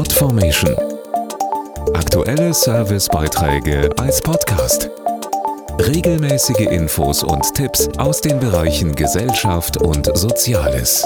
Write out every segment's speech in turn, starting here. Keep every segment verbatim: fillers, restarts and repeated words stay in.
Podformation. Aktuelle Servicebeiträge als Podcast. Regelmäßige Infos und Tipps aus den Bereichen Gesellschaft und Soziales.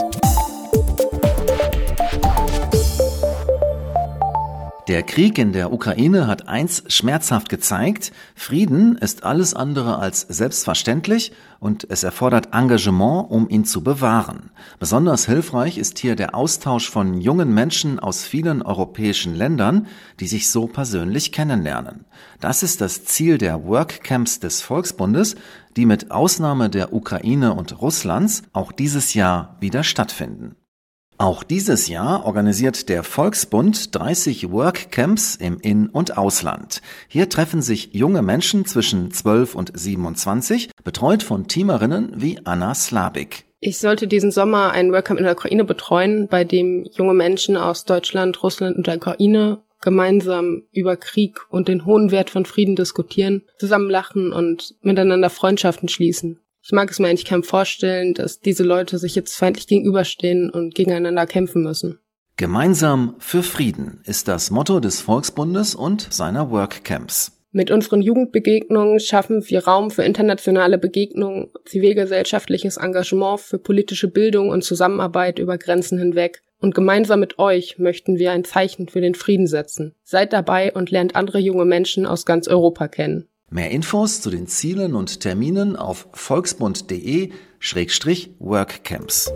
Der Krieg in der Ukraine hat eins schmerzhaft gezeigt: Frieden ist alles andere als selbstverständlich und es erfordert Engagement, um ihn zu bewahren. Besonders hilfreich ist hier der Austausch von jungen Menschen aus vielen europäischen Ländern, die sich so persönlich kennenlernen. Das ist das Ziel der Workcamps des Volksbundes, die mit Ausnahme der Ukraine und Russlands auch dieses Jahr wieder stattfinden. Auch dieses Jahr organisiert der Volksbund dreißig Workcamps im In- und Ausland. Hier treffen sich junge Menschen zwischen zwölf und siebenundzwanzig, betreut von Teamerinnen wie Anna Slabik. Ich sollte diesen Sommer ein Workcamp in der Ukraine betreuen, bei dem junge Menschen aus Deutschland, Russland und der Ukraine gemeinsam über Krieg und den hohen Wert von Frieden diskutieren, zusammen lachen und miteinander Freundschaften schließen. Ich mag es mir eigentlich kaum vorstellen, dass diese Leute sich jetzt feindlich gegenüberstehen und gegeneinander kämpfen müssen. Gemeinsam für Frieden ist das Motto des Volksbundes und seiner Workcamps. Mit unseren Jugendbegegnungen schaffen wir Raum für internationale Begegnungen, zivilgesellschaftliches Engagement, für politische Bildung und Zusammenarbeit über Grenzen hinweg. Und gemeinsam mit euch möchten wir ein Zeichen für den Frieden setzen. Seid dabei und lernt andere junge Menschen aus ganz Europa kennen. Mehr Infos zu den Zielen und Terminen auf volksbund.de Schrägstrich Workcamps.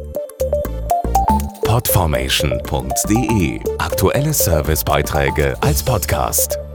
Podformation punkt de. Aktuelle Servicebeiträge als Podcast.